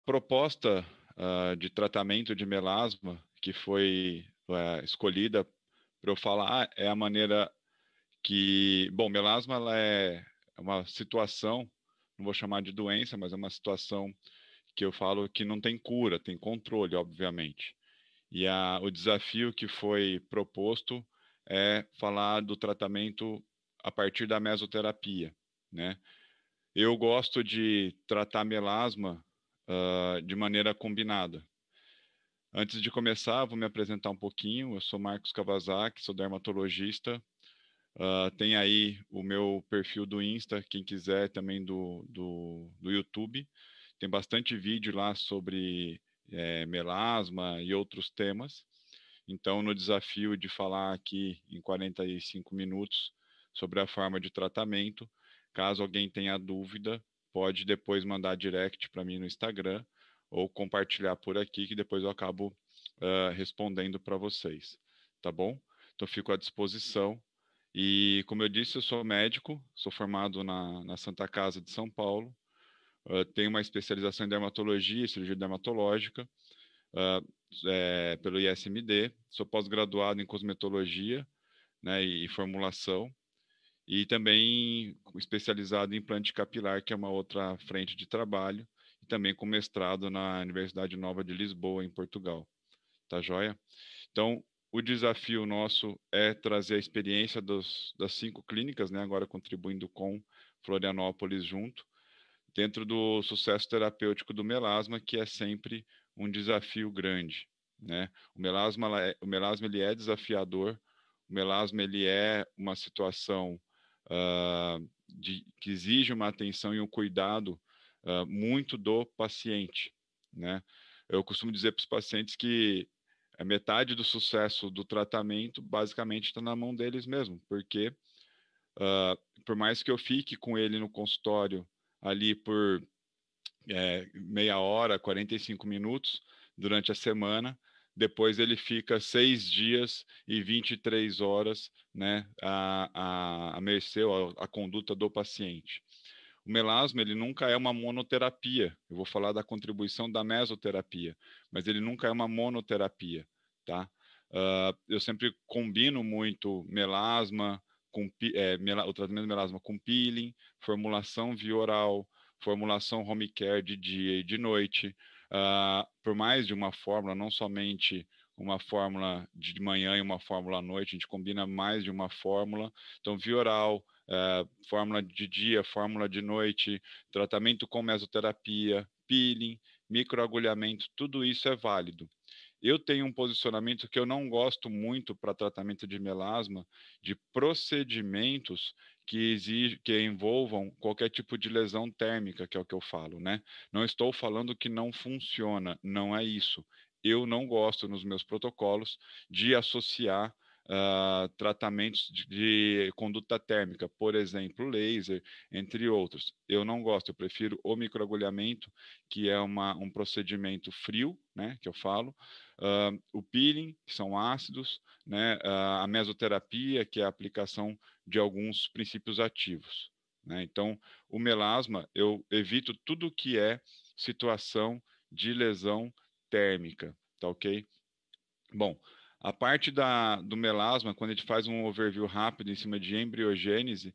proposta de tratamento de melasma que foi escolhida para eu falar é a maneira que, bom, melasma ela é uma situação, não vou chamar de doença, mas é uma situação que eu falo que não tem cura, tem controle, obviamente. E o desafio que foi proposto é falar do tratamento a partir da mesoterapia, né? Eu gosto de tratar melasma de maneira combinada. Antes de começar, vou me apresentar um pouquinho. Eu sou Marcos Kawasaki, sou dermatologista. Tem aí o meu perfil do Insta, quem quiser também do YouTube. Tem bastante vídeo lá sobre melasma e outros temas. Então, no desafio de falar aqui em 45 minutos sobre a forma de tratamento, caso alguém tenha dúvida, pode depois mandar direct para mim no Instagram ou compartilhar por aqui, que depois eu acabo respondendo para vocês, tá bom? Então, fico à disposição. E, como eu disse, eu sou médico, sou formado na Santa Casa de São Paulo, tenho uma especialização em dermatologia e cirurgia dermatológica, uh, pelo ISMD, sou pós-graduado em cosmetologia, né, e formulação, e também especializado em implante capilar, que é uma outra frente de trabalho, e também com mestrado na Universidade Nova de Lisboa, em Portugal. Tá joia? Então, o desafio nosso é trazer a experiência das 5 clínicas, né, agora contribuindo com Florianópolis junto, dentro do sucesso terapêutico do melasma, que é sempre um desafio grande, né? O melasma ele é desafiador, o melasma ele é uma situação que exige uma atenção e um cuidado muito do paciente, né? Eu costumo dizer para os pacientes que a metade do sucesso do tratamento basicamente está na mão deles mesmo, porque por mais que eu fique com ele no consultório ali por meia hora, 45 minutos durante a semana. Depois ele fica 6 dias e 23 horas, né, a mercê, a conduta do paciente. O melasma, ele nunca é uma monoterapia. Eu vou falar da contribuição da mesoterapia, mas ele nunca é uma monoterapia, tá? Eu sempre combino muito melasma, o tratamento de melasma com peeling, formulação via oral, formulação home care de dia e de noite, por mais de uma fórmula, não somente uma fórmula de manhã e uma fórmula à noite, a gente combina mais de uma fórmula. Então, via oral, fórmula de dia, fórmula de noite, tratamento com mesoterapia, peeling, microagulhamento, tudo isso é válido. Eu tenho um posicionamento que eu não gosto muito para tratamento de melasma, de procedimentos que envolvam qualquer tipo de lesão térmica, que é o que eu falo, né? Não estou falando que não funciona, não é isso. Eu não gosto nos meus protocolos de associar tratamentos de conduta térmica, por exemplo, laser, entre outros. Eu não gosto, eu prefiro o microagulhamento, que é um procedimento frio, né, que eu falo, o peeling, que são ácidos, né, a mesoterapia, que é a aplicação de alguns princípios ativos, né? Então, o melasma, eu evito tudo que é situação de lesão térmica, tá ok? Bom, a parte do melasma, quando a gente faz um overview rápido em cima de embriogênese,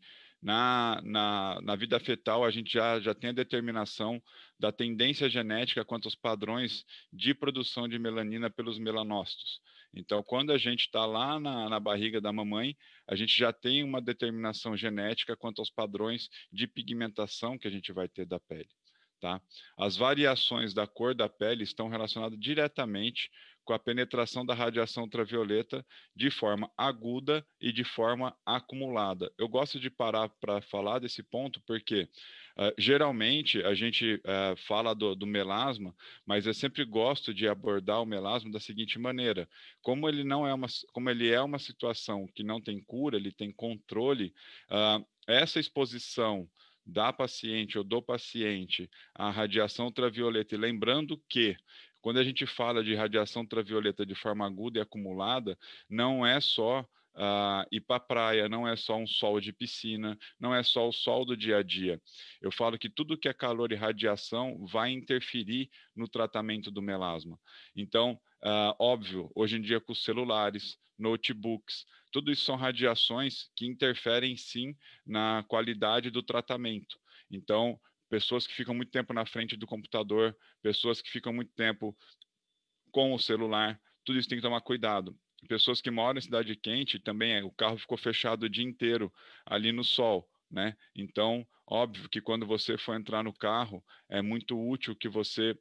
na vida fetal a gente já tem a determinação da tendência genética quanto aos padrões de produção de melanina pelos melanócitos. Então, quando a gente está lá na barriga da mamãe, a gente já tem uma determinação genética quanto aos padrões de pigmentação que a gente vai ter da pele. Tá? As variações da cor da pele estão relacionadas diretamente com a penetração da radiação ultravioleta de forma aguda e de forma acumulada. Eu gosto de parar para falar desse ponto porque geralmente a gente fala do melasma, mas eu sempre gosto de abordar o melasma da seguinte maneira: como ele é uma situação que não tem cura, ele tem controle, essa exposição da paciente ou do paciente à radiação ultravioleta, e lembrando que quando a gente fala de radiação ultravioleta de forma aguda e acumulada, não é só ir para a praia, não é só um sol de piscina, não é só o sol do dia a dia. Eu falo que tudo que é calor e radiação vai interferir no tratamento do melasma. Então, óbvio, hoje em dia com os celulares, notebooks, tudo isso são radiações que interferem sim na qualidade do tratamento. Então, pessoas que ficam muito tempo na frente do computador, pessoas que ficam muito tempo com o celular, tudo isso tem que tomar cuidado. Pessoas que moram em cidade quente também, o carro ficou fechado o dia inteiro ali no sol, né? Então, óbvio que quando você for entrar no carro, é muito útil que você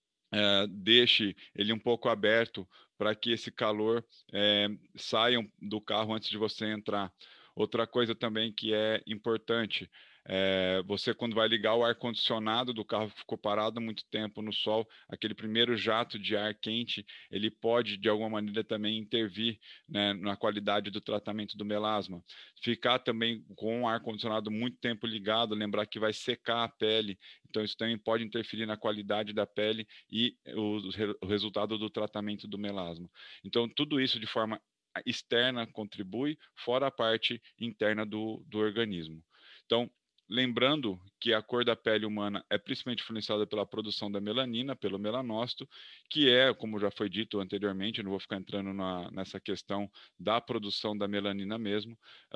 deixe ele um pouco aberto para que esse calor saia do carro antes de você entrar. Outra coisa também que é importante, você quando vai ligar o ar-condicionado do carro que ficou parado há muito tempo no sol, aquele primeiro jato de ar quente, ele pode de alguma maneira também intervir, né, na qualidade do tratamento do melasma. Ficar também com o ar-condicionado muito tempo ligado, lembrar que vai secar a pele, então isso também pode interferir na qualidade da pele e o resultado do tratamento do melasma. Então, tudo isso de forma externa contribui, fora a parte interna do organismo. Então, lembrando que a cor da pele humana é principalmente influenciada pela produção da melanina, pelo melanócito, que é, como já foi dito anteriormente, eu não vou ficar entrando nessa questão da produção da melanina mesmo,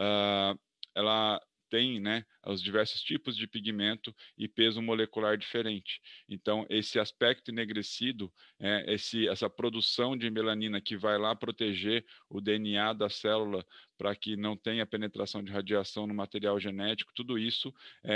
ela tem, né, os diversos tipos de pigmento e peso molecular diferente. Então, esse aspecto enegrecido, essa produção de melanina que vai lá proteger o DNA da célula para que não tenha penetração de radiação no material genético, tudo isso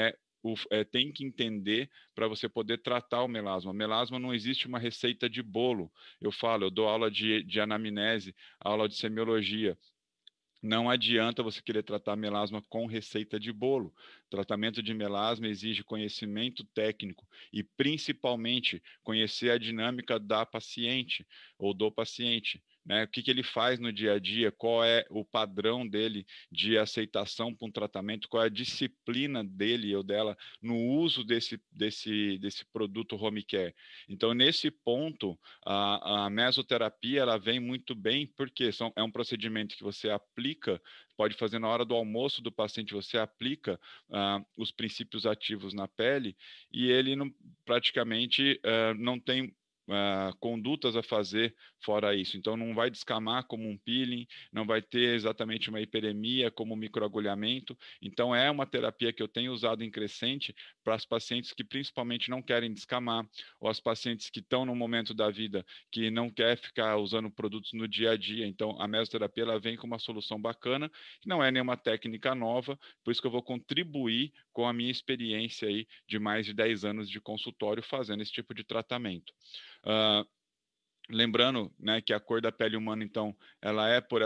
tem que entender para você poder tratar o melasma. O melasma não existe uma receita de bolo. Eu dou aula de anamnese, aula de semiologia. Não adianta você querer tratar melasma com receita de bolo. Tratamento de melasma exige conhecimento técnico e, principalmente, conhecer a dinâmica da paciente ou do paciente. Né? O que ele faz no dia a dia, qual é o padrão dele de aceitação para um tratamento, qual é a disciplina dele ou dela no uso desse produto home care. Então, nesse ponto, a mesoterapia ela vem muito bem, porque é um procedimento que você aplica, pode fazer na hora do almoço do paciente, você aplica os princípios ativos na pele e ele não, praticamente não tem condutas a fazer fora isso. Então, não vai descamar como um peeling, não vai ter exatamente uma hiperemia como um microagulhamento. Então, é uma terapia que eu tenho usado em crescente para as pacientes que principalmente não querem descamar, ou as pacientes que estão no momento da vida que não quer ficar usando produtos no dia a dia. Então, a mesoterapia ela vem com uma solução bacana, que não é nenhuma técnica nova, por isso que eu vou contribuir com a minha experiência aí de mais de 10 anos de consultório fazendo esse tipo de tratamento. Uh, Lembrando, né, que a cor da pele humana, então, ela é por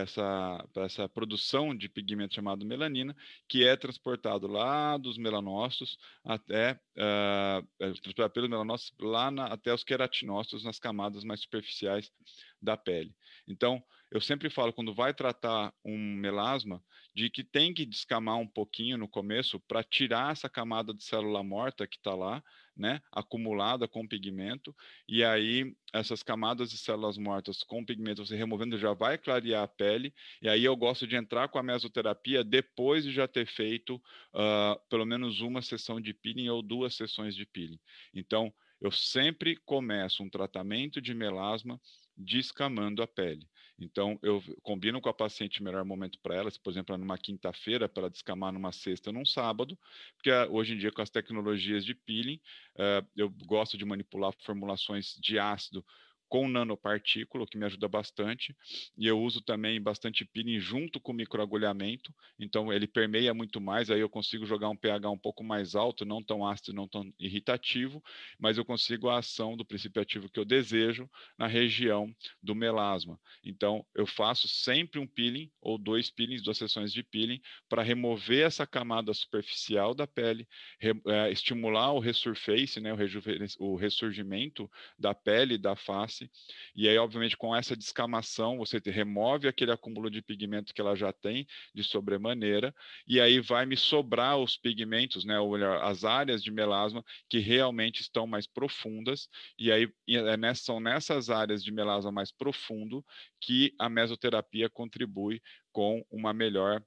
essa produção de pigmento chamado melanina, que é transportado lá dos melanócitos até, transportado pelos melanócitos até os queratinócitos nas camadas mais superficiais da pele. Então, eu sempre falo, quando vai tratar um melasma, de que tem que descamar um pouquinho no começo para tirar essa camada de célula morta que está lá, né, acumulada com pigmento, e aí essas camadas de células mortas com pigmento você removendo já vai clarear a pele, e aí eu gosto de entrar com a mesoterapia depois de já ter feito pelo menos uma sessão de peeling ou 2 sessões de peeling. Então, eu sempre começo um tratamento de melasma descamando a pele. Então, eu combino com a paciente o melhor momento para ela, se, por exemplo, numa quinta-feira, para ela descamar numa sexta, num sábado, porque hoje em dia, com as tecnologias de peeling, eu gosto de manipular formulações de ácido com nanopartícula, o que me ajuda bastante, e eu uso também bastante peeling junto com o microagulhamento, então ele permeia muito mais, aí eu consigo jogar um pH um pouco mais alto, não tão ácido, não tão irritativo, mas eu consigo a ação do princípio ativo que eu desejo na região do melasma. Então, eu faço sempre um peeling ou 2 peelings, 2 sessões de peeling, para remover essa camada superficial da pele, estimular o resurface, né, o ressurgimento da pele e da face, cresce, e aí, obviamente, com essa descamação, você remove aquele acúmulo de pigmento que ela já tem de sobremaneira, e aí vai me sobrar os pigmentos, né, ou melhor, as áreas de melasma que realmente estão mais profundas, e aí são nessas áreas de melasma mais profundo que a mesoterapia contribui com uma melhor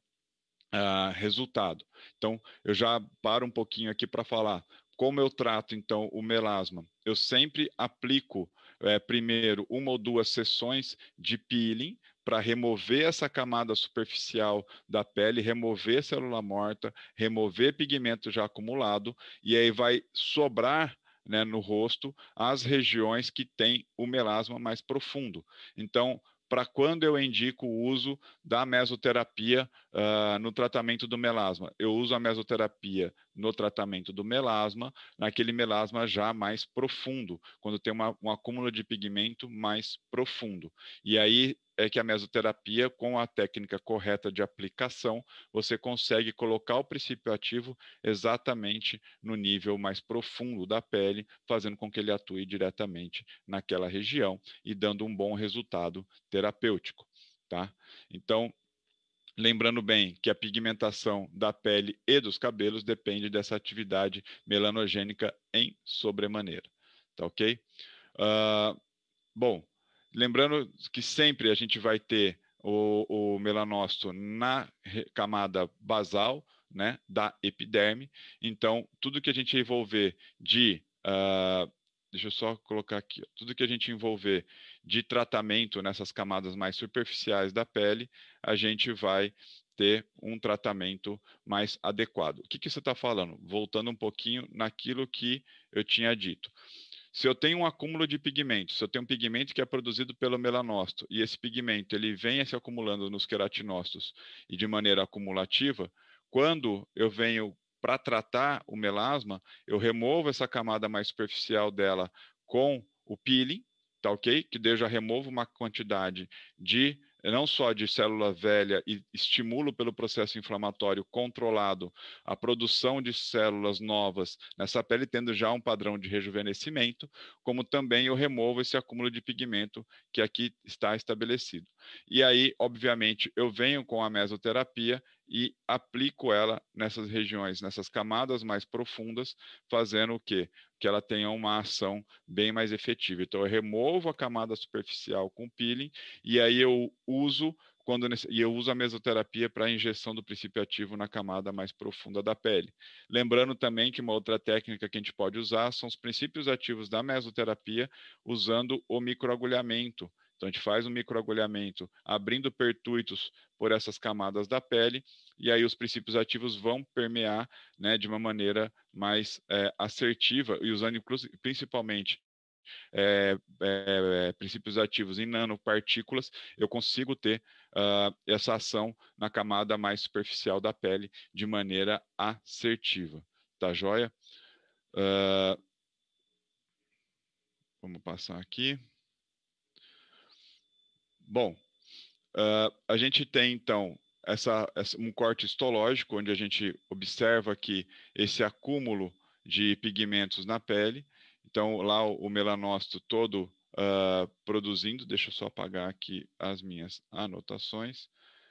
resultado. Então, eu já paro um pouquinho aqui para falar como eu trato, então, o melasma. Eu sempre aplico, primeiro, 1 ou 2 sessões de peeling para remover essa camada superficial da pele, remover célula morta, remover pigmento já acumulado, e aí vai sobrar, né, no rosto as regiões que têm o melasma mais profundo. Então, para quando eu indico o uso da mesoterapia no tratamento do melasma? Eu uso a mesoterapia no tratamento do melasma, naquele melasma já mais profundo, quando tem um acúmulo de pigmento mais profundo. E aí é que a mesoterapia, com a técnica correta de aplicação, você consegue colocar o princípio ativo exatamente no nível mais profundo da pele, fazendo com que ele atue diretamente naquela região e dando um bom resultado terapêutico, tá? Então, lembrando bem que a pigmentação da pele e dos cabelos depende dessa atividade melanogênica em sobremaneira, tá ok? Uh, bom, lembrando que sempre a gente vai ter o melanócito na camada basal, né, da epiderme. Então, tudo que a gente envolver de deixa eu só colocar aqui, tudo que a gente envolver de tratamento nessas camadas mais superficiais da pele, a gente vai ter um tratamento mais adequado. O que que você está falando? Voltando um pouquinho naquilo que eu tinha dito. Se eu tenho um acúmulo de pigmento, se eu tenho um pigmento que é produzido pelo melanócito e esse pigmento ele vem se acumulando nos queratinócitos e de maneira acumulativa, quando eu venho para tratar o melasma, eu removo essa camada mais superficial dela com o peeling, tá ok? Que daí eu já removo uma quantidade de não só de célula velha e estimulo pelo processo inflamatório controlado a produção de células novas nessa pele, tendo já um padrão de rejuvenescimento, como também eu removo esse acúmulo de pigmento que aqui está estabelecido. E aí, obviamente, eu venho com a mesoterapia e aplico ela nessas regiões, nessas camadas mais profundas, fazendo o quê? Que ela tenha uma ação bem mais efetiva. Então, eu removo a camada superficial com peeling e aí eu uso a mesoterapia para a injeção do princípio ativo na camada mais profunda da pele. Lembrando também que uma outra técnica que a gente pode usar são os princípios ativos da mesoterapia usando o microagulhamento. Então, a gente faz um microagulhamento abrindo pertuitos por essas camadas da pele, e aí os princípios ativos vão permear, né, de uma maneira mais assertiva, e usando principalmente princípios ativos em nanopartículas, eu consigo ter essa ação na camada mais superficial da pele de maneira assertiva. Tá joia? Vamos passar aqui. Bom, a gente tem então um corte histológico, onde a gente observa que esse acúmulo de pigmentos na pele. Então, lá o melanócito todo produzindo. Deixa eu só apagar aqui as minhas anotações.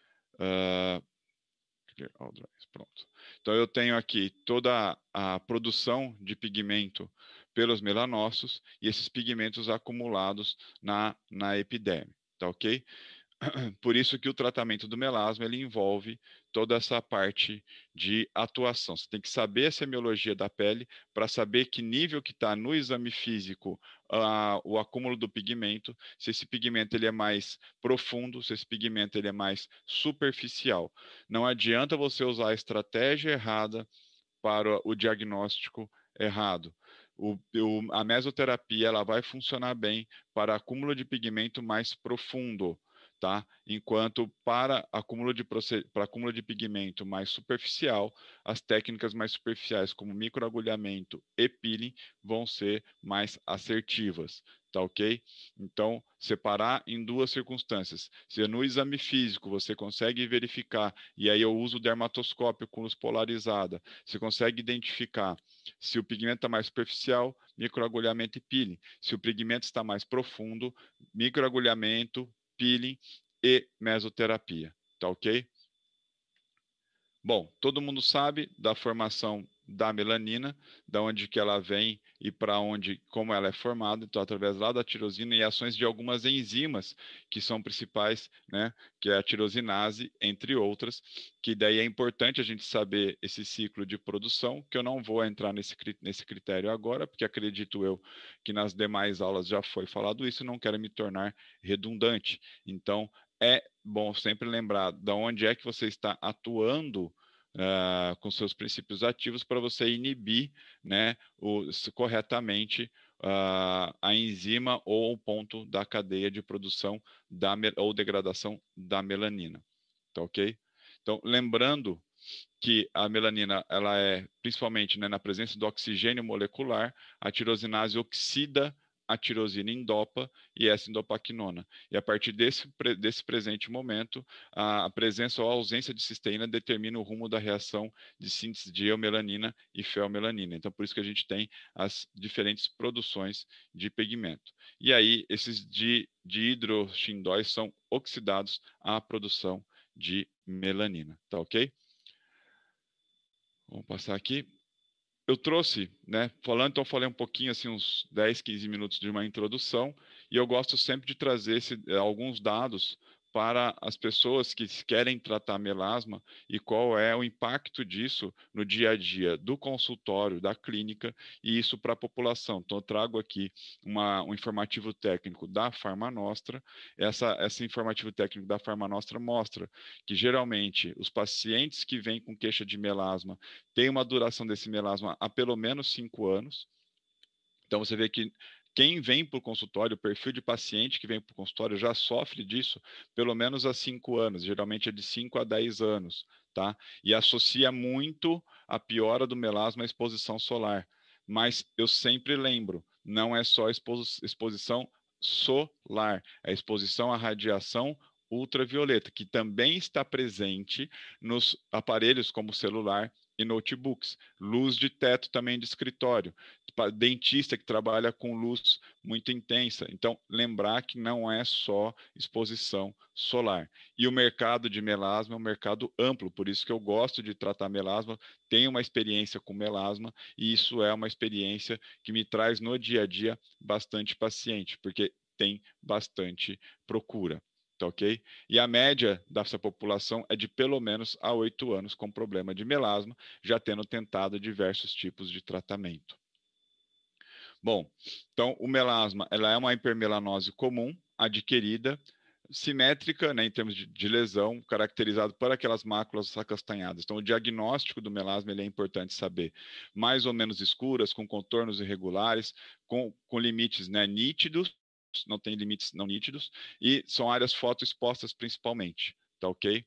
Pronto. Então, eu tenho aqui toda a produção de pigmento pelos melanócitos e esses pigmentos acumulados na epiderme. Tá ok? Por isso que o tratamento do melasma ele envolve toda essa parte de atuação. Você tem que saber a semiologia da pele para saber que nível que está no exame físico o acúmulo do pigmento, se esse pigmento ele é mais profundo, se esse pigmento ele é mais superficial. Não adianta você usar a estratégia errada para o diagnóstico errado. A mesoterapia ela vai funcionar bem para acúmulo de pigmento mais profundo, tá? Enquanto para acúmulo de pigmento mais superficial, as técnicas mais superficiais, como microagulhamento e peeling, vão ser mais assertivas, tá ok? Então, separar em duas circunstâncias. Se no exame físico você consegue verificar, e aí eu uso o dermatoscópio com luz polarizada, você consegue identificar se o pigmento está mais superficial, microagulhamento e peeling. Se o pigmento está mais profundo, microagulhamento, peeling e mesoterapia, tá ok? Bom, todo mundo sabe da formação da melanina, da onde que ela vem e para onde, como ela é formada, então através lá da tirosina e ações de algumas enzimas que são principais, né, que é a tirosinase, entre outras, que daí é importante a gente saber esse ciclo de produção, que eu não vou entrar nesse critério agora, porque acredito eu que nas demais aulas já foi falado isso, não quero me tornar redundante. Então, é bom sempre lembrar de onde é que você está atuando com seus princípios ativos para você inibir, né, corretamente a enzima ou o ponto da cadeia de produção ou degradação da melanina. Tá ok? Então, lembrando que a melanina, ela é, principalmente, né, na presença do oxigênio molecular, a tirosinase oxida a tirosina em dopa e essa endopaquinona. E a partir desse presente momento, a presença ou a ausência de cisteína determina o rumo da reação de síntese de eumelanina e feomelanina. Então, por isso que a gente tem as diferentes produções de pigmento. E aí, esses dihidroxindóis são oxidados à produção de melanina, tá ok? Vamos passar aqui. Eu trouxe, né, então falei um pouquinho, assim, uns 10, 15 minutos de uma introdução, e eu gosto sempre de trazer alguns dados para as pessoas que querem tratar melasma e qual é o impacto disso no dia a dia do consultório, da clínica, e isso para a população. Então, eu trago aqui um informativo técnico da Farmanostra. Esse informativo técnico da Farmanostra mostra que, geralmente, os pacientes que vêm com queixa de melasma tem uma duração desse melasma há pelo menos 5 anos. Então, você vê que quem vem para o consultório, o perfil de paciente que vem para o consultório já sofre disso pelo menos há 5 anos, geralmente é de 5 a 10 anos, tá? E associa muito a piora do melasma à exposição solar. Mas eu sempre lembro, não é só exposição solar, é exposição à radiação ultravioleta, que também está presente nos aparelhos como celular e notebooks. Luz de teto também de escritório. Dentista que trabalha com luz muito intensa. Então, lembrar que não é só exposição solar. E o mercado de melasma é um mercado amplo, por isso que eu gosto de tratar melasma, tenho uma experiência com melasma, e isso é uma experiência que me traz no dia a dia bastante paciente, porque tem bastante procura. Tá ok? E a média dessa população é de pelo menos há 8 anos com problema de melasma, já tendo tentado diversos tipos de tratamento. Bom, então o melasma, ela é uma hipermelanose comum, adquirida, simétrica, né, em termos de lesão, caracterizado por aquelas máculas acastanhadas. Então, o diagnóstico do melasma ele é importante saber. Mais ou menos escuras, com contornos irregulares, com limites, né, nítidos, não tem limites não nítidos, e são áreas fotoexpostas principalmente, tá ok?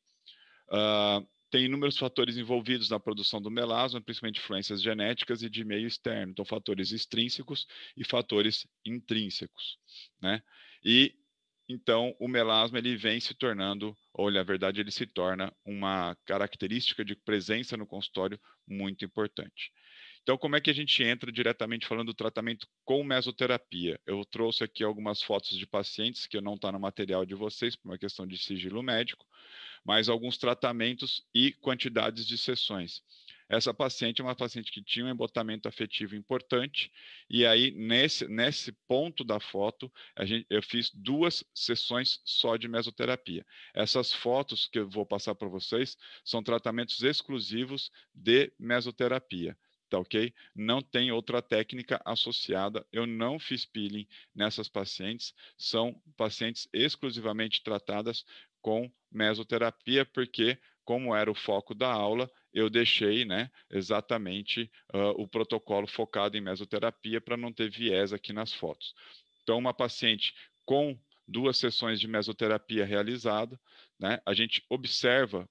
Tem inúmeros fatores envolvidos na produção do melasma, principalmente influências genéticas e de meio externo, então fatores extrínsecos e fatores intrínsecos, né? E então o melasma ele vem se tornando, ou na verdade ele se torna uma característica de presença no consultório muito importante. Então, como é que a gente entra diretamente falando do tratamento com mesoterapia? Eu trouxe aqui algumas fotos de pacientes que não está no material de vocês, por uma questão de sigilo médico, mas alguns tratamentos e quantidades de sessões. Essa paciente é uma paciente que tinha um embotamento afetivo importante, e aí, nesse ponto da foto, eu fiz 2 sessões só de mesoterapia. Essas fotos que eu vou passar para vocês são tratamentos exclusivos de mesoterapia. Tá ok? Não tem outra técnica associada. Eu não fiz peeling nessas pacientes. São pacientes exclusivamente tratadas com mesoterapia, porque, como era o foco da aula, eu deixei, né, exatamente o protocolo focado em mesoterapia para não ter viés aqui nas fotos. Então, uma paciente com 2 sessões de mesoterapia realizada, né, a gente observa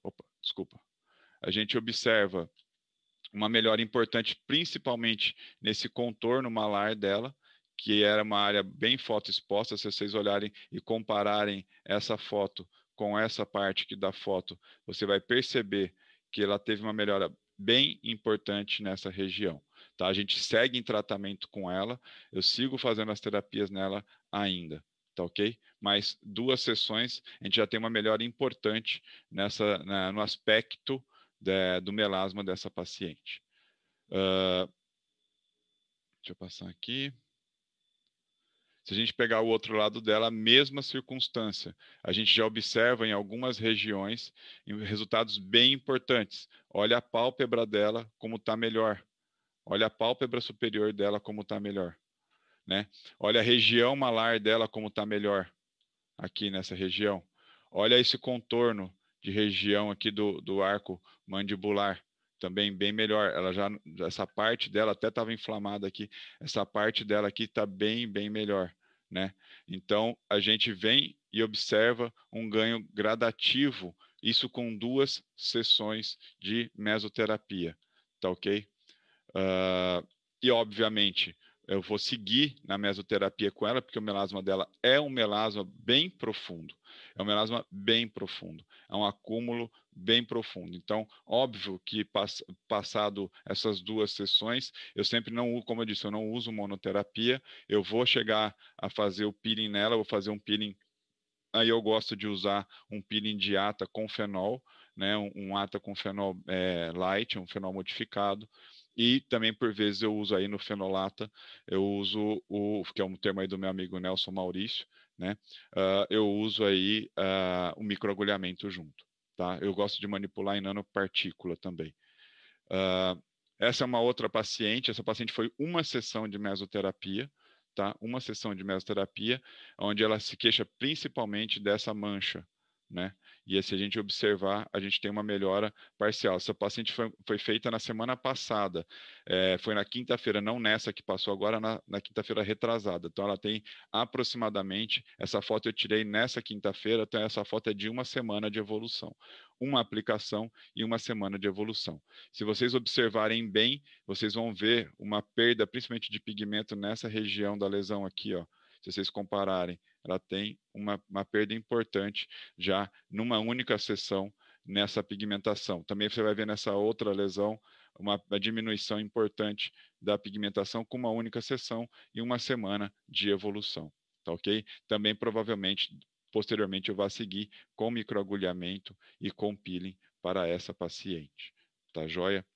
uma melhora importante, principalmente nesse contorno malar dela, que era uma área bem fotoexposta. Se vocês olharem e compararem essa foto com essa parte aqui da foto, você vai perceber que ela teve uma melhora bem importante nessa região. Tá? A gente segue em tratamento com ela, eu sigo fazendo as terapias nela ainda, tá ok? Mas 2 sessões, a gente já tem uma melhora importante no aspecto do melasma dessa paciente. Deixa eu passar aqui. Se a gente pegar o outro lado dela, a mesma circunstância. A gente já observa em algumas regiões resultados bem importantes. Olha a pálpebra dela como está melhor. Olha a pálpebra superior dela como está melhor. Né? Olha a região malar dela como está melhor. Aqui nessa região. Olha esse contorno de região aqui do arco mandibular. Também bem melhor. Ela essa parte dela até estava inflamada aqui. Essa parte dela aqui está bem melhor, né? Então a gente vem e observa um ganho gradativo. Isso com 2 sessões de mesoterapia, tá ok? E obviamente eu vou seguir na mesoterapia com ela, porque o melasma dela é um melasma bem profundo. É um melasma bem profundo. É um acúmulo bem profundo. Então, óbvio que passado essas 2 sessões, eu sempre não, como eu disse, eu não uso monoterapia. Eu vou chegar a fazer o peeling nela, vou fazer um peeling. Aí eu gosto de usar um peeling de ata com fenol, né? Um ata com fenol light, um fenol modificado. E também, por vezes, eu uso aí no fenolata, eu uso que é um termo aí do meu amigo Nelson Maurício, né? Eu uso aí o microagulhamento junto, tá? Eu gosto de manipular em nanopartícula também. Essa é uma outra paciente, essa paciente foi uma sessão de mesoterapia, tá? Uma sessão de mesoterapia, onde ela se queixa principalmente dessa mancha, né? E se a gente observar, a gente tem uma melhora parcial. Essa paciente foi feita na semana passada, foi na quinta-feira, não nessa que passou agora, na quinta-feira retrasada. Então, ela tem aproximadamente, essa foto eu tirei nessa quinta-feira, então essa foto é de uma semana de evolução. Uma aplicação e uma semana de evolução. Se vocês observarem bem, vocês vão ver uma perda, principalmente de pigmento nessa região da lesão aqui, ó. Se vocês compararem, ela tem uma perda importante já numa única sessão nessa pigmentação. Também você vai ver nessa outra lesão uma diminuição importante da pigmentação com uma única sessão e uma semana de evolução, tá ok? Também provavelmente, posteriormente, eu vou seguir com microagulhamento e com peeling para essa paciente, tá joia?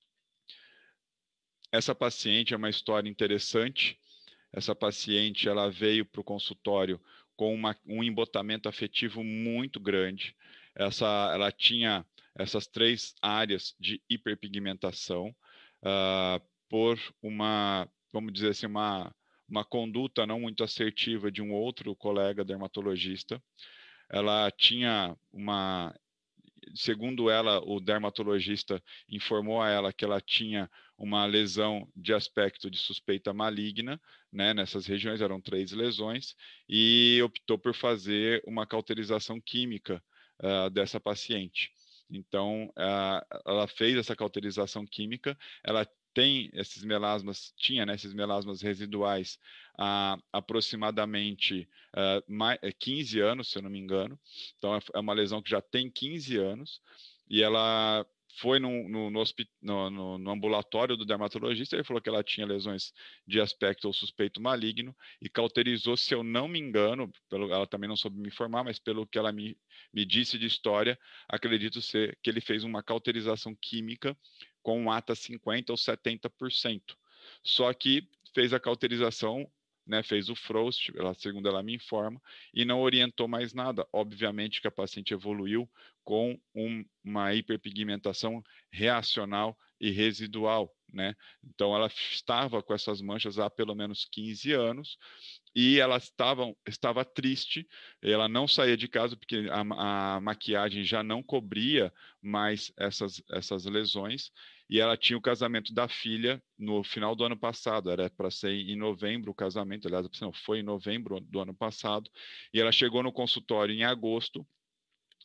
Essa paciente é uma história interessante. Essa paciente ela veio para o consultório com um embotamento afetivo muito grande. Ela tinha essas 3 áreas de hiperpigmentação por vamos dizer assim, uma conduta não muito assertiva de um outro colega dermatologista. Ela tinha segundo ela, o dermatologista informou a ela que ela tinha uma lesão de aspecto de suspeita maligna, né? Nessas regiões eram 3 lesões, e optou por fazer uma cauterização química dessa paciente. Então, ela fez essa cauterização química, ela tem esses melasmas, tinha, né, esses melasmas residuais há aproximadamente 15 anos, se eu não me engano. Então, é uma lesão que já tem 15 anos, e ela foi no ambulatório do dermatologista, ele falou que ela tinha lesões de aspecto ou suspeito maligno, e cauterizou, se eu não me engano, ela também não soube me informar, mas pelo que ela me disse de história, acredito ser que ele fez uma cauterização química com um ATA 50% ou 70%. Só que fez a cauterização, né, fez o Frost, segundo ela me informa, e não orientou mais nada. Obviamente que a paciente evoluiu com uma hiperpigmentação reacional e residual, né? Então ela estava com essas manchas há pelo menos 15 anos, e ela estava triste, ela não saía de casa porque a maquiagem já não cobria mais essas lesões, e ela tinha o casamento da filha no final do ano passado, era para ser em novembro o casamento, aliás, não, foi em novembro do ano passado, e ela chegou no consultório em agosto,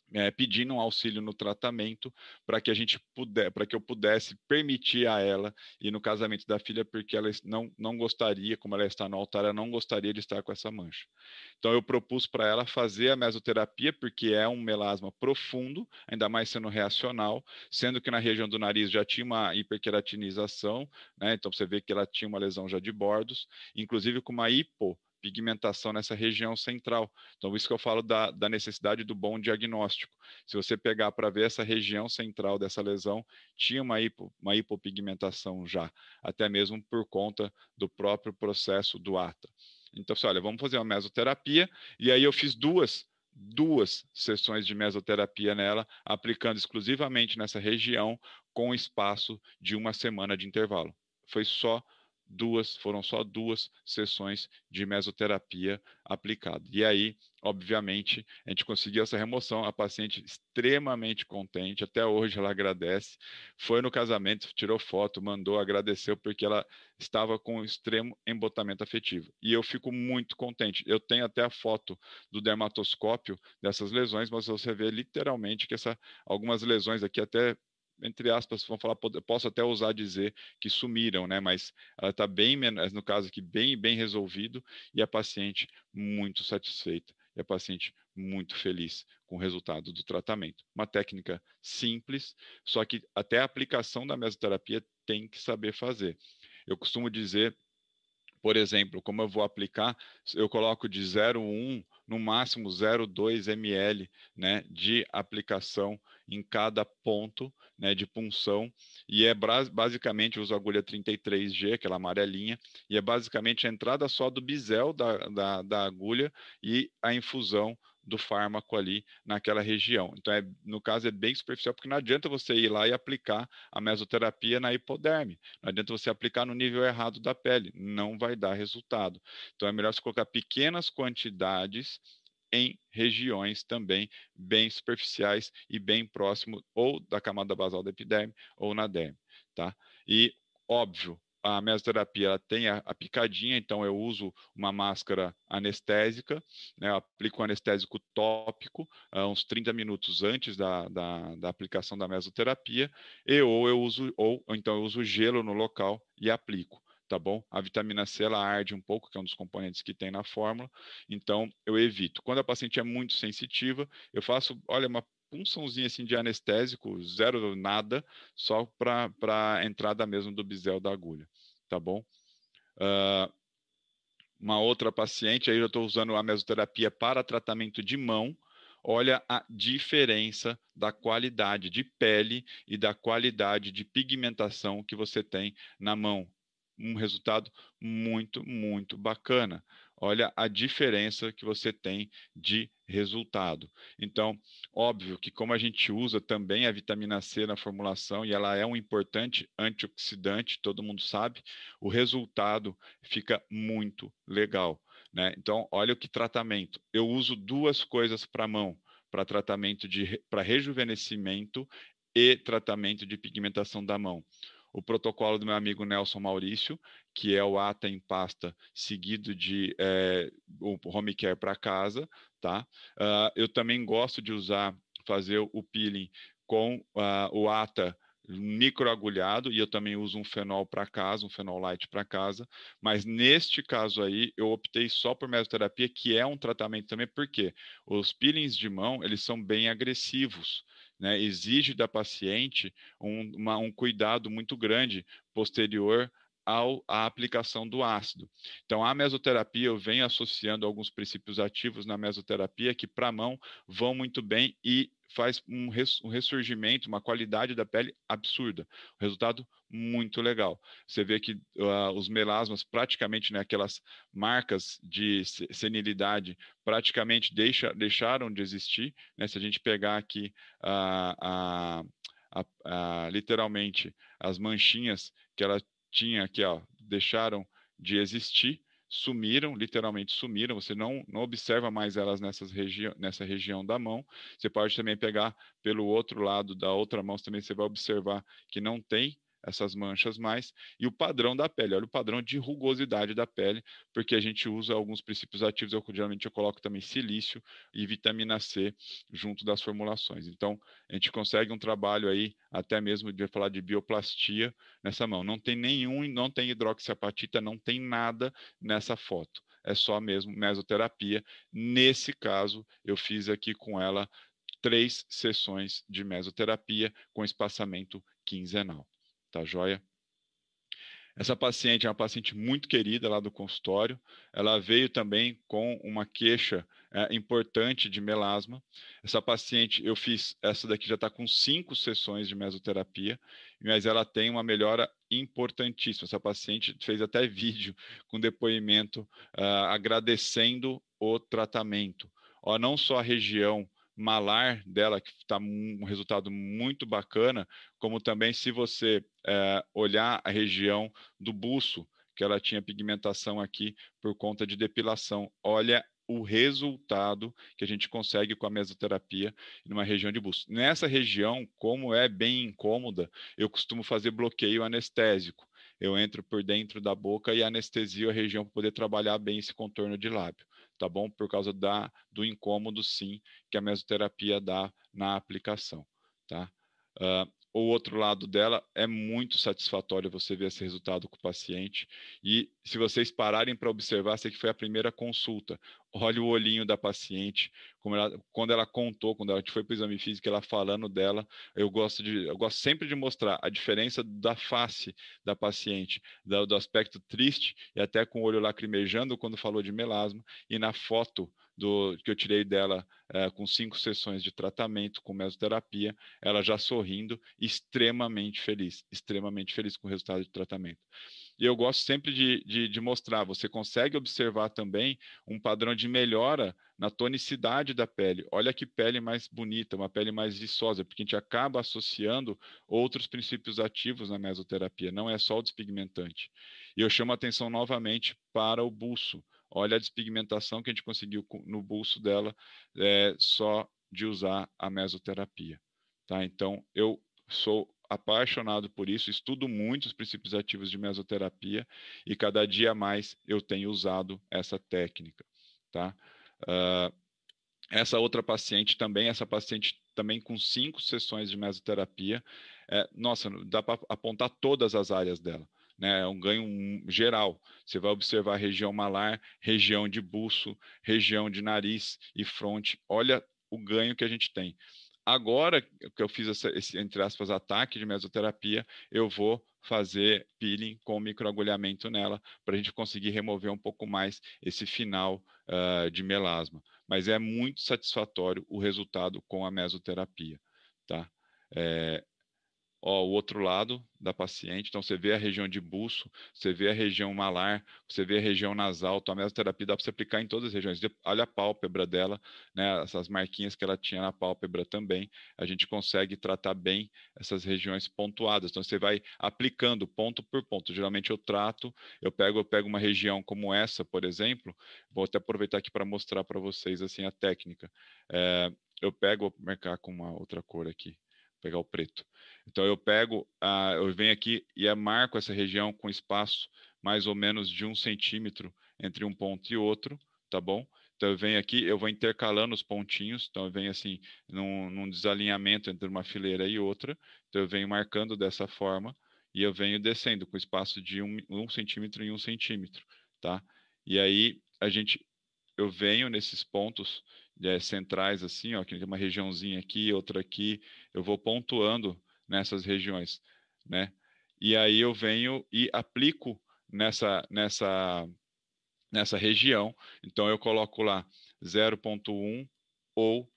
pedindo um auxílio no tratamento para que para que eu pudesse permitir a ela ir no casamento da filha, porque ela não gostaria, como ela está no altar, ela não gostaria de estar com essa mancha. Então eu propus para ela fazer a mesoterapia, porque é um melasma profundo, ainda mais sendo reacional, sendo que na região do nariz já tinha uma hiperqueratinização, né? Então você vê que ela tinha uma lesão já de bordos, inclusive com uma hipopigmentação nessa região central. Então, isso que eu falo da necessidade do bom diagnóstico. Se você pegar para ver essa região central dessa lesão, tinha uma hipopigmentação já, até mesmo por conta do próprio processo do ATA. Então, assim, olha, vamos fazer uma mesoterapia, e aí eu fiz duas sessões de mesoterapia nela, aplicando exclusivamente nessa região, com espaço de uma semana de intervalo. Foram só duas sessões de mesoterapia aplicada. E aí, obviamente, a gente conseguiu essa remoção, a paciente extremamente contente, até hoje ela agradece, foi no casamento, tirou foto, mandou, agradeceu, porque ela estava com extremo embotamento afetivo. E eu fico muito contente. Eu tenho até a foto do dermatoscópio dessas lesões, mas você vê literalmente que algumas lesões aqui até, entre aspas, vamos falar, posso até ousar dizer que sumiram, né? Mas ela está bem, no caso aqui, bem resolvido, e a paciente muito satisfeita, e a paciente muito feliz com o resultado do tratamento. Uma técnica simples, só que até a aplicação da mesoterapia tem que saber fazer. Eu costumo dizer, por exemplo, como eu vou aplicar, eu coloco de 0,1, no máximo 0,2 ml, né, de aplicação em cada ponto, né, de punção, e é basicamente, eu uso a agulha 33G, aquela amarelinha, e é basicamente a entrada só do bisel da agulha e a infusão do fármaco ali naquela região. Então, no caso, é bem superficial, porque não adianta você ir lá e aplicar a mesoterapia na hipoderme. Não adianta você aplicar no nível errado da pele, não vai dar resultado. Então é melhor você colocar pequenas quantidades em regiões também bem superficiais e bem próximo ou da camada basal da epiderme ou na derme, tá? E óbvio, a mesoterapia ela tem a picadinha, então eu uso uma máscara anestésica, né? Eu aplico um anestésico tópico uns 30 minutos antes da aplicação da mesoterapia, ou então eu uso gelo no local e aplico. Tá bom? A vitamina C ela arde um pouco, que é um dos componentes que tem na fórmula, então eu evito. Quando a paciente é muito sensitiva, eu faço, olha, uma punçãozinha assim de anestésico, zero nada, só para entrada mesmo do bisel da agulha, tá bom? Uh, uma outra paciente, aí eu estou usando a mesoterapia para tratamento de mão. Olha a diferença da qualidade de pele e da qualidade de pigmentação que você tem na mão. Um resultado muito bacana. Olha a diferença que você tem de resultado. Então, óbvio que como a gente usa também a vitamina C na formulação e ela é um importante antioxidante, todo mundo sabe, o resultado fica muito legal, né? Então, olha o que tratamento. Eu uso duas coisas para a mão, para tratamento para rejuvenescimento e tratamento de pigmentação da mão. O protocolo do meu amigo Nelson Maurício, que é o ATA em pasta, seguido de o home care para casa, tá? Eu também gosto de fazer o peeling com o ATA microagulhado, e eu também uso um fenol para casa, um fenol light para casa, mas neste caso aí eu optei só por mesoterapia, que é um tratamento também, porque os peelings de mão, eles são bem agressivos, né? Exige da paciente um cuidado muito grande posterior à aplicação do ácido. Então, a mesoterapia, eu venho associando alguns princípios ativos na mesoterapia que para a mão vão muito bem e faz um ressurgimento, uma qualidade da pele absurda. Resultado muito legal. Você vê que os melasmas praticamente, né, aquelas marcas de senilidade praticamente deixaram de existir, né? Se a gente pegar aqui literalmente as manchinhas que ela tinha aqui, ó, deixaram de existir, sumiram, literalmente sumiram, você não observa mais elas nessa região da mão. Você pode também pegar pelo outro lado da outra mão, também você vai observar que não tem essas manchas mais, e o padrão da pele, olha o padrão de rugosidade da pele, porque a gente usa alguns princípios ativos, geralmente eu coloco também silício e vitamina C junto das formulações. Então, a gente consegue um trabalho aí, até mesmo de falar de bioplastia nessa mão. Não tem nenhum, não tem hidroxiapatita, não tem nada nessa foto. É só mesmo mesoterapia. Nesse caso, eu fiz aqui com ela 3 sessões de mesoterapia com espaçamento quinzenal. Tá joia? Essa paciente é uma paciente muito querida lá do consultório. Ela veio também com uma queixa importante de melasma. Essa paciente, eu fiz, essa daqui já está com 5 sessões de mesoterapia, mas ela tem uma melhora importantíssima. Essa paciente fez até vídeo com depoimento agradecendo o tratamento. Ó, não só a região malar dela, que está um resultado muito bacana, como também se você olhar a região do buço, que ela tinha pigmentação aqui por conta de depilação. Olha o resultado que a gente consegue com a mesoterapia numa região de buço. Nessa região, como é bem incômoda, eu costumo fazer bloqueio anestésico. Eu entro por dentro da boca e anestesio a região para poder trabalhar bem esse contorno de lábio, tá bom? Por causa do incômodo, sim, que a mesoterapia dá na aplicação, tá? O outro lado dela é muito satisfatório você ver esse resultado com o paciente. E se vocês pararem para observar, sei que foi a primeira consulta. Olha o olhinho da paciente, quando ela contou, quando a gente foi para o exame físico, ela falando dela, eu gosto sempre de mostrar a diferença da face da paciente, do aspecto triste e até com o olho lacrimejando quando falou de melasma, e na foto que eu tirei dela com 5 sessões de tratamento com mesoterapia, ela já sorrindo, extremamente feliz com o resultado do tratamento. E eu gosto sempre de mostrar, você consegue observar também um padrão de melhora na tonicidade da pele. Olha que pele mais bonita, uma pele mais viçosa, porque a gente acaba associando outros princípios ativos na mesoterapia, não é só o despigmentante. E eu chamo a atenção novamente para o buço. Olha a despigmentação que a gente conseguiu no buço dela, só de usar a mesoterapia. Tá? Então, eu sou apaixonado por isso, estudo muito os princípios ativos de mesoterapia e cada dia mais eu tenho usado essa técnica. Tá? Essa outra paciente também, com 5 sessões de mesoterapia, nossa, dá para apontar todas as áreas dela. Né, é um ganho geral. Você vai observar a região malar, região de buço, região de nariz e fronte. Olha o ganho que a gente tem. Agora que eu fiz esse, entre aspas, ataque de mesoterapia, eu vou fazer peeling com microagulhamento nela, para a gente conseguir remover um pouco mais esse final de melasma. Mas é muito satisfatório o resultado com a mesoterapia. Tá? Ó, o outro lado da paciente, então você vê a região de buço, você vê a região malar, você vê a região nasal, então a mesoterapia dá para você aplicar em todas as regiões. Olha a pálpebra dela, né, essas marquinhas que ela tinha na pálpebra também, a gente consegue tratar bem essas regiões pontuadas. Então você vai aplicando ponto por ponto. Geralmente eu pego uma região como essa, por exemplo, vou até aproveitar aqui para mostrar para vocês assim a técnica. Vou marcar com uma outra cor aqui, vou pegar o preto. Então eu venho aqui e marco essa região com espaço mais ou menos de 1 centímetro entre um ponto e outro, tá bom? Então eu venho aqui, eu vou intercalando os pontinhos, então eu venho assim num desalinhamento entre uma fileira e outra, então eu venho marcando dessa forma e eu venho descendo com espaço de 1 centímetro em 1 centímetro, tá? E aí eu venho nesses pontos centrais assim, ó, que tem uma regiãozinha aqui, outra aqui, eu vou pontuando nessas regiões, né? E aí eu venho e aplico nessa região. Então eu coloco lá 0,1 ou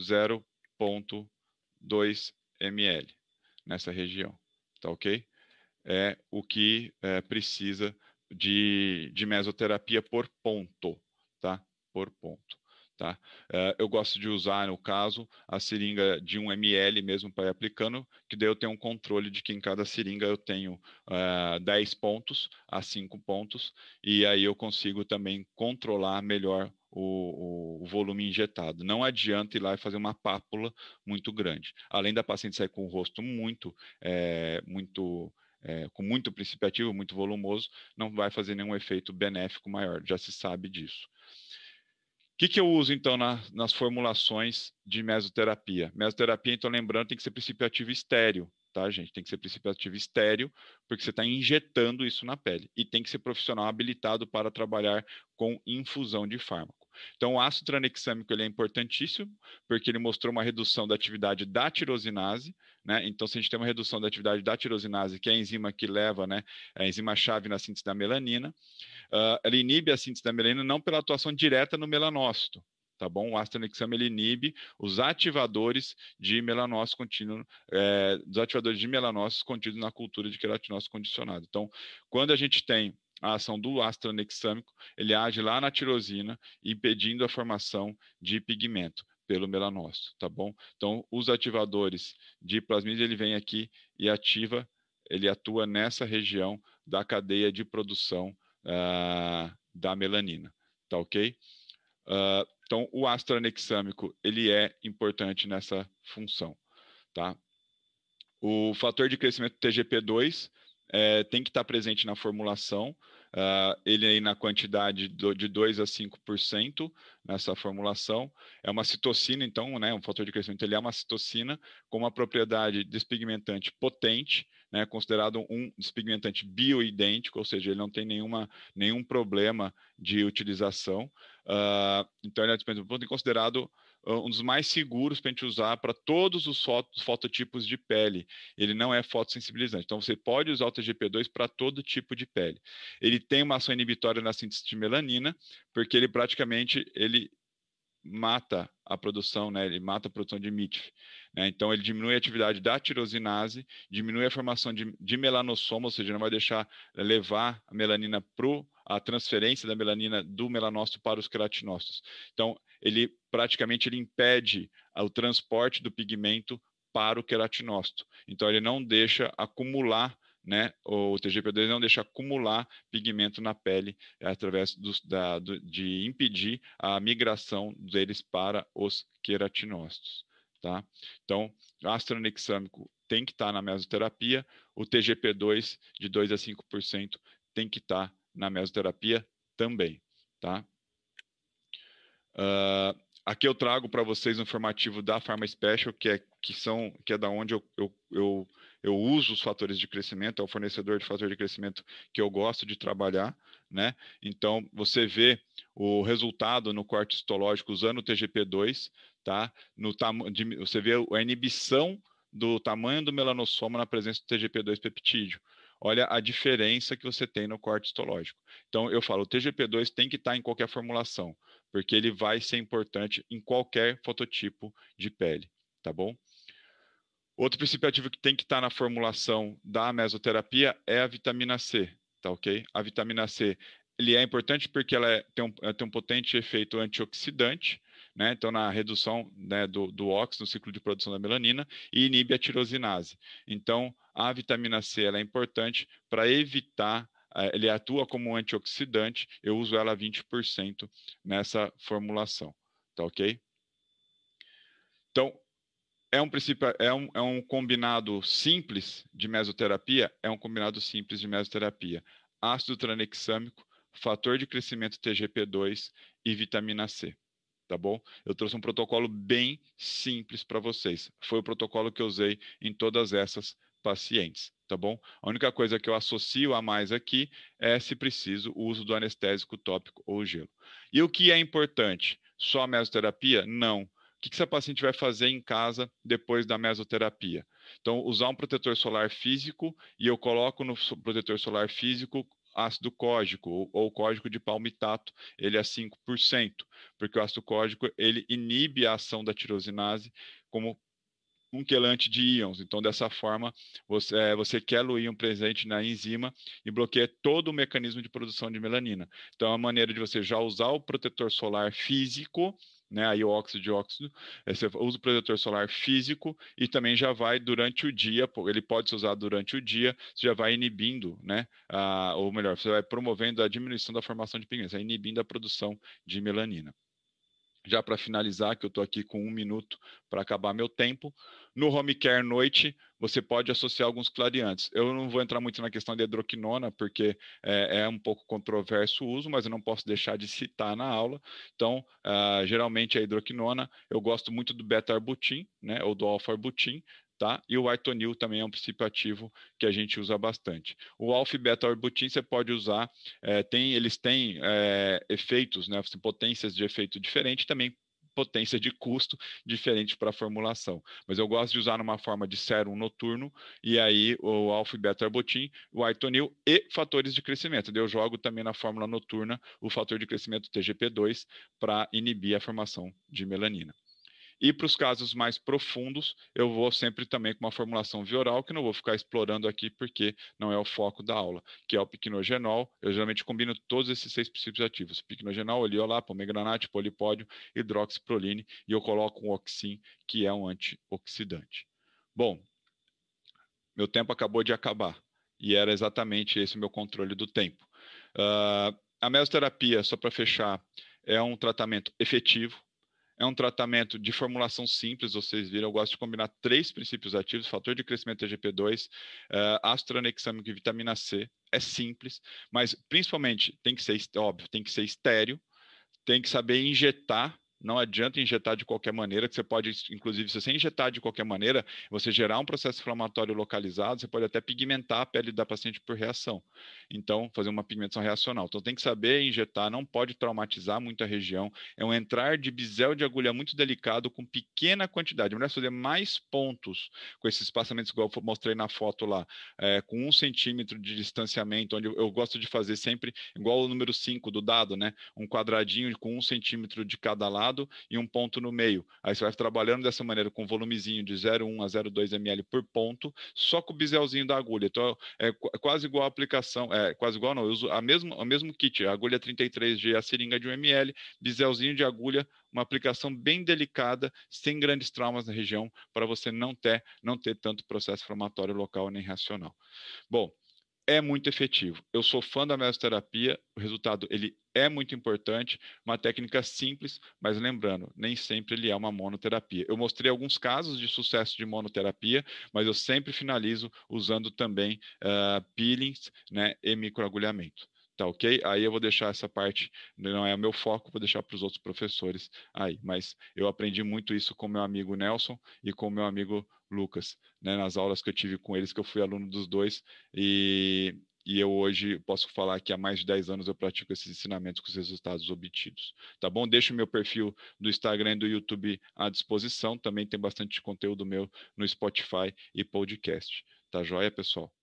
0,2 ml nessa região, tá ok? É o que precisa de mesoterapia por ponto, tá? Por ponto. Tá? Eu gosto de usar, no caso, a seringa de 1 ml mesmo para ir aplicando, que daí eu tenho um controle de que em cada seringa eu tenho 10 pontos a 5 pontos, e aí eu consigo também controlar melhor o volume injetado. Não adianta ir lá e fazer uma pápula muito grande. Além da paciente sair com o rosto muito com muito princípio ativo, muito volumoso, não vai fazer nenhum efeito benéfico maior, já se sabe disso. O que eu uso, então, nas formulações de mesoterapia? Mesoterapia, então, lembrando, tem que ser princípio ativo estéreo, tá, gente? Tem que ser princípio ativo estéreo, porque você está injetando isso na pele. E tem que ser profissional habilitado para trabalhar com infusão de fármaco. Então, o ácido tranexâmico ele é importantíssimo, porque ele mostrou uma redução da atividade da tirosinase, né? Então, se a gente tem uma redução da atividade da tirosinase, que é a enzima que leva, né, a enzima-chave na síntese da melanina, ela inibe a síntese da melanina não pela atuação direta no melanócito, tá bom? O ácido tranexâmico ele inibe os ativadores de melanócito contínuo, dos ativadores de melanócitos contidos na cultura de queratinócito condicionado. Então, quando a gente tem a ação do ácido tranexâmico, ele age lá na tirosina, impedindo a formação de pigmento pelo melanócito, tá bom? Então, os ativadores de plasmídia, ele vem aqui e ativa, ele atua nessa região da cadeia de produção da melanina, tá ok? Então, o ácido tranexâmico, ele é importante nessa função, tá? O fator de crescimento TGP2 tem que estar presente na formulação, ele aí na quantidade de 2 a 5% nessa formulação. É uma citocina, então, né, um fator de crescimento ele é uma citocina com uma propriedade despigmentante potente, né, considerado um despigmentante bioidêntico, ou seja, ele não tem nenhum problema de utilização. Então, ele é considerado um dos mais seguros para a gente usar para todos os fototipos de pele. Ele não é fotossensibilizante. Então, você pode usar o TGP2 para todo tipo de pele. Ele tem uma ação inibitória na síntese de melanina, porque ele praticamente mata a produção, né? Ele mata a produção de MITF. Né? Então, ele diminui a atividade da tirosinase, diminui a formação de melanossoma, ou seja, não vai deixar levar a melanina para a transferência da melanina do melanócito para os queratinócitos. Então, ele praticamente impede o transporte do pigmento para o queratinócito. Então, ele não deixa acumular, né? O TGP2 não deixa acumular pigmento na pele através de impedir a migração deles para os queratinócitos. Tá? Então, ácido tranexâmico tem que estar na mesoterapia, o TGP2 de 2 a 5% tem que estar na mesoterapia também. Tá? Aqui eu trago para vocês um informativo da Pharma Special, que é da onde eu uso os fatores de crescimento, é o fornecedor de fator de crescimento que eu gosto de trabalhar, né? Então, você vê o resultado no corte histológico usando o TGP2, tá? Você vê a inibição do tamanho do melanossoma na presença do TGP2 peptídeo. Olha a diferença que você tem no corte histológico. Então, eu falo, o TGP2 tem que estar em qualquer formulação, porque ele vai ser importante em qualquer fototipo de pele, tá bom? Outro princípio ativo que tem que estar na formulação da mesoterapia é a vitamina C, tá ok? A vitamina C, ele é importante porque ela tem um potente efeito antioxidante, né? Então, na redução, né, do óxido no ciclo de produção da melanina e inibe a tirosinase. Então, a vitamina C ela é importante para evitar, ele atua como um antioxidante, eu uso ela 20% nessa formulação, tá ok? Então, é um princípio, é um combinado simples de mesoterapia? É um combinado simples de mesoterapia. Ácido tranexâmico, fator de crescimento TGP2 e vitamina C. Tá bom? Eu trouxe um protocolo bem simples para vocês. Foi o protocolo que eu usei em todas essas pacientes, tá bom? A única coisa que eu associo a mais aqui é, se preciso, o uso do anestésico tópico ou gelo. E o que é importante? Só a mesoterapia? Não. O que essa paciente vai fazer em casa depois da mesoterapia? Então, usar um protetor solar físico e eu coloco no protetor solar físico ácido cógico ou cógico de palmitato, ele é 5%, porque o ácido cógico ele inibe a ação da tirosinase como um quelante de íons. Então, dessa forma, você quer o íon presente na enzima e bloqueia todo o mecanismo de produção de melanina. Então, é uma maneira de você já usar o protetor solar físico, né, aí o óxido de óxido, você usa o protetor solar físico e também já vai durante o dia, ele pode ser usado durante o dia, você já vai inibindo, né, ou melhor, você vai promovendo a diminuição da formação de pigmentos, inibindo a produção de melanina. Já para finalizar, que eu estou aqui com 1 minuto para acabar meu tempo, no home care noite, você pode associar alguns clareantes. Eu não vou entrar muito na questão da hidroquinona, porque é um pouco controverso o uso, mas eu não posso deixar de citar na aula. Então, geralmente a hidroquinona, eu gosto muito do beta-arbutin, né, ou do alfa-arbutin, tá? E o artonil também é um princípio ativo que a gente usa bastante. O alfa e beta-arbutin você pode usar, eles têm efeitos, né, potências de efeito diferente, também potência de custo diferente para a formulação. Mas eu gosto de usar numa forma de sérum noturno, e aí o alfa e beta-arbutin, o artonil e fatores de crescimento. Eu jogo também na fórmula noturna o fator de crescimento TGP2 para inibir a formação de melanina. E para os casos mais profundos, eu vou sempre também com uma formulação via oral, que não vou ficar explorando aqui porque não é o foco da aula, que é o piquenogenol. Eu geralmente combino todos esses 6 princípios ativos: piquenogenol, oleolá, pomegranate, polipódio, hidroxiproline, e eu coloco um oxim, que é um antioxidante. Bom, meu tempo acabou de acabar, e era exatamente esse o meu controle do tempo. A mesoterapia, só para fechar, é um tratamento efetivo, é um tratamento de formulação simples, vocês viram, eu gosto de combinar 3 princípios ativos: fator de crescimento TGP2, ácido tranexâmico e vitamina C. É simples, mas principalmente tem que ser, óbvio, tem que ser estéril, tem que saber injetar. Não adianta injetar de qualquer maneira, que você pode, inclusive, se você injetar de qualquer maneira, você gerar um processo inflamatório localizado, você pode até pigmentar a pele da paciente por reação. Então, fazer uma pigmentação reacional. Então, tem que saber injetar, não pode traumatizar muito a região. É um entrar de bisel de agulha muito delicado, com pequena quantidade. Melhor fazer mais pontos com esses espaçamentos, igual eu mostrei na foto lá, com 1 centímetro de distanciamento, onde eu gosto de fazer sempre, igual o número 5 do dado, né? Um quadradinho com 1 centímetro de cada lado e um ponto no meio. Aí você vai trabalhando dessa maneira com volumezinho de 0,1 a 0,2 ml por ponto, só com o biselzinho da agulha. Então é quase igual a aplicação, quase igual não, eu uso o mesmo kit, a agulha 33G, a seringa de 1 ml, biselzinho de agulha, uma aplicação bem delicada, sem grandes traumas na região, para você não ter tanto processo inflamatório local nem racional. Bom, é muito efetivo. Eu sou fã da mesoterapia, o resultado ele é muito importante, uma técnica simples, mas lembrando, nem sempre ele é uma monoterapia. Eu mostrei alguns casos de sucesso de monoterapia, mas eu sempre finalizo usando também peelings, né, e microagulhamento. Tá ok? Aí eu vou deixar essa parte, não é o meu foco, vou deixar para os outros professores aí. Mas eu aprendi muito isso com meu amigo Nelson e com meu amigo Lucas, né, nas aulas que eu tive com eles, que eu fui aluno dos dois, e eu hoje posso falar que há mais de 10 anos eu pratico esses ensinamentos com os resultados obtidos. Tá bom? Deixo o meu perfil do Instagram e do YouTube à disposição. Também tem bastante conteúdo meu no Spotify e podcast. Tá joia, pessoal?